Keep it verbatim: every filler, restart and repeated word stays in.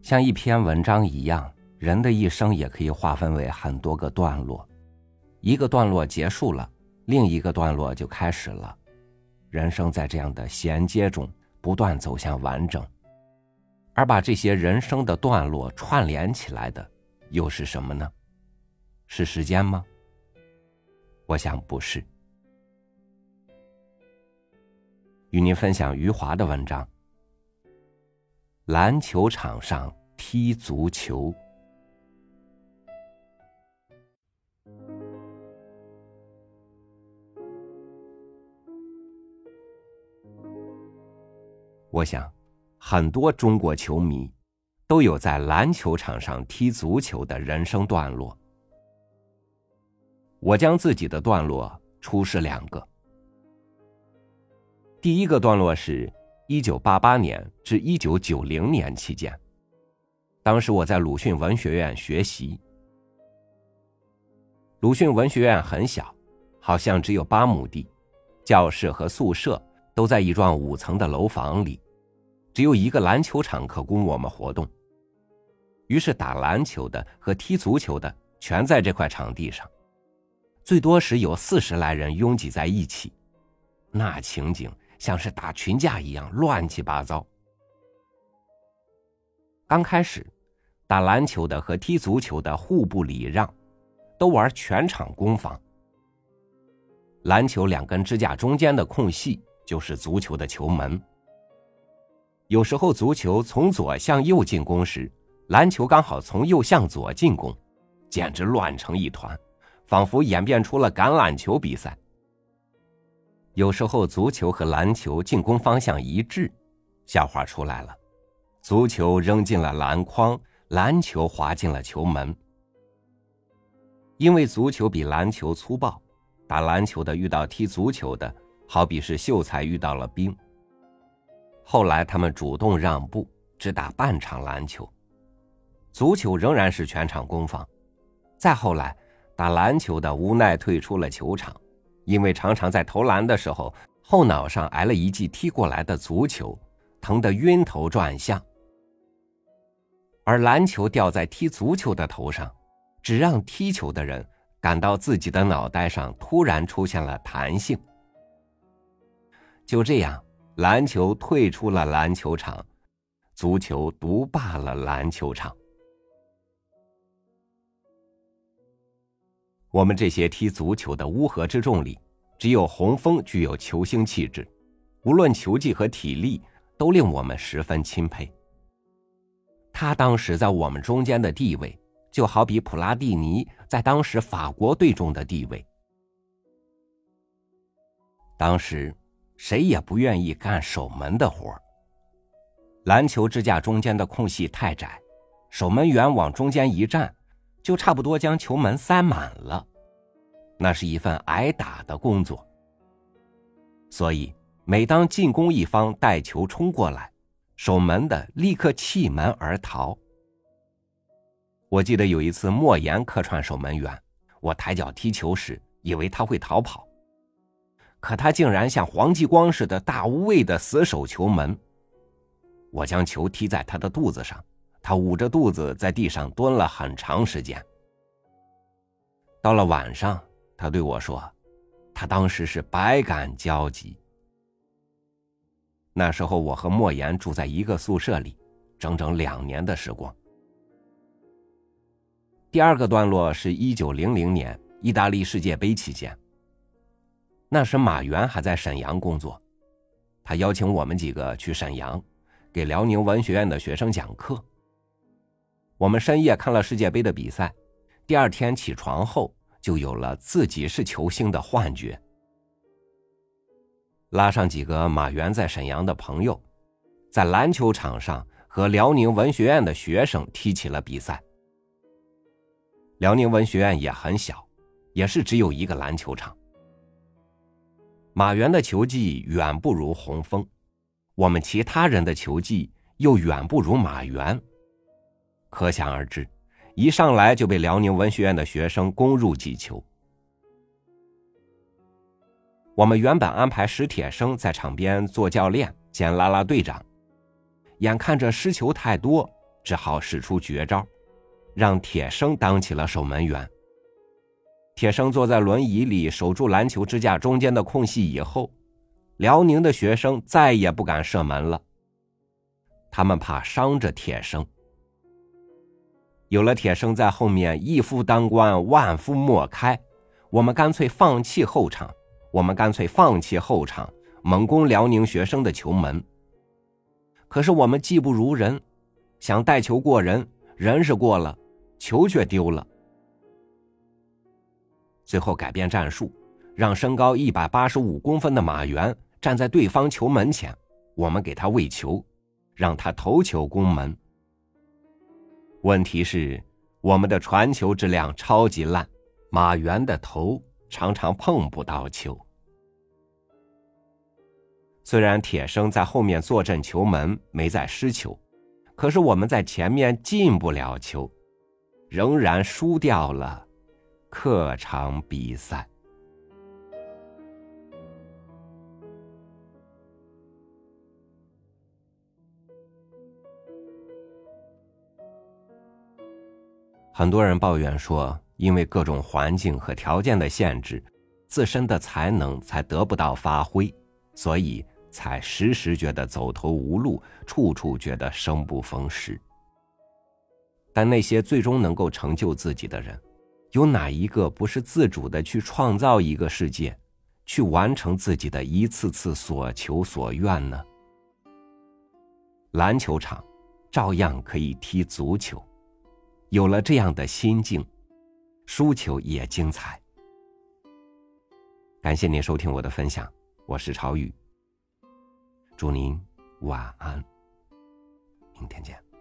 像一篇文章一样，人的一生也可以划分为很多个段落，一个段落结束了，另一个段落就开始了。人生在这样的衔接中不断走向完整，而把这些人生的段落串联起来的又是什么呢？是时间吗？我想不是。与您分享余华的文章，篮球场上踢足球。我想很多中国球迷都有在篮球场上踢足球的人生段落。我将自己的段落出示两个。第一个段落是一九八八年至一九九零年期间，当时我在鲁迅文学院学习。鲁迅文学院很小，好像只有八亩地，教室和宿舍都在一幢五层的楼房里，只有一个篮球场可供我们活动。于是打篮球的和踢足球的全在这块场地上，最多时有四十来人拥挤在一起，那情景像是打群架一样乱七八糟。刚开始打篮球的和踢足球的互不礼让，都玩全场攻防。篮球两根支架中间的空隙就是足球的球门，有时候足球从左向右进攻时，篮球刚好从右向左进攻，简直乱成一团，仿佛演变出了橄榄球比赛。有时候足球和篮球进攻方向一致，笑话出来了，足球扔进了篮筐，篮球滑进了球门。因为足球比篮球粗暴，打篮球的遇到踢足球的，好比是秀才遇到了兵。后来他们主动让步，只打半场篮球，足球仍然是全场攻防。再后来打篮球的无奈退出了球场，因为常常在投篮的时候后脑上挨了一记踢过来的足球，疼得晕头转向。而篮球掉在踢足球的头上，只让踢球的人感到自己的脑袋上突然出现了弹性。就这样，篮球退出了篮球场，足球独霸了篮球场。我们这些踢足球的乌合之众里，只有洪峰具有球星气质，无论球技和体力都令我们十分钦佩。他当时在我们中间的地位，就好比普拉蒂尼在当时法国队中的地位。当时谁也不愿意干守门的活，篮球支架中间的空隙太窄，守门员往中间一站，就差不多将球门塞满了，那是一份挨打的工作。所以每当进攻一方带球冲过来，守门的立刻弃门而逃。我记得有一次莫言客串守门员，我抬脚踢球时以为他会逃跑，可他竟然像黄继光似的大无畏的死守球门。我将球踢在他的肚子上，他捂着肚子在地上蹲了很长时间。到了晚上，他对我说，他当时是百感交集。那时候我和莫言住在一个宿舍里，整整两年的时光。第二个段落是一九零零年意大利世界杯期间，那时马原还在沈阳工作，他邀请我们几个去沈阳给辽宁文学院的学生讲课。我们深夜看了世界杯的比赛，第二天起床后就有了自己是球星的幻觉。拉上几个马原在沈阳的朋友，在篮球场上和辽宁文学院的学生踢起了比赛。辽宁文学院也很小，也是只有一个篮球场。马原的球技远不如洪峰，我们其他人的球技又远不如马原，可想而知，一上来就被辽宁文学院的学生攻入几球。我们原本安排史铁生在场边做教练兼拉拉队长，眼看着失球太多， 只好使出绝招，让铁生当起了守门员。铁生坐在轮椅里守住篮球支架中间的空隙以后，辽宁的学生再也不敢射门了，他们怕伤着铁生。有了铁生在后面一夫当关万夫莫开，我们干脆放弃后场，我们干脆放弃后场，猛攻辽宁学生的球门。可是我们技不如人，想带球过人，人是过了，球却丢了。最后改变战术，让身高一百八十五公分的马原站在对方球门前，我们给他喂球，让他头球攻门。问题是我们的传球质量超级烂，马原的头常常碰不到球。虽然铁生在后面坐镇球门，没再失球，可是我们在前面进不了球，仍然输掉了客场比赛。很多人抱怨说，因为各种环境和条件的限制，自身的才能才得不到发挥，所以才时时觉得走投无路，处处觉得生不逢时。但那些最终能够成就自己的人，有哪一个不是自主的去创造一个世界，去完成自己的一次次所求所愿呢？篮球场照样可以踢足球，有了这样的心境，输球也精彩。感谢您收听我的分享，我是朝宇，祝您晚安，明天见。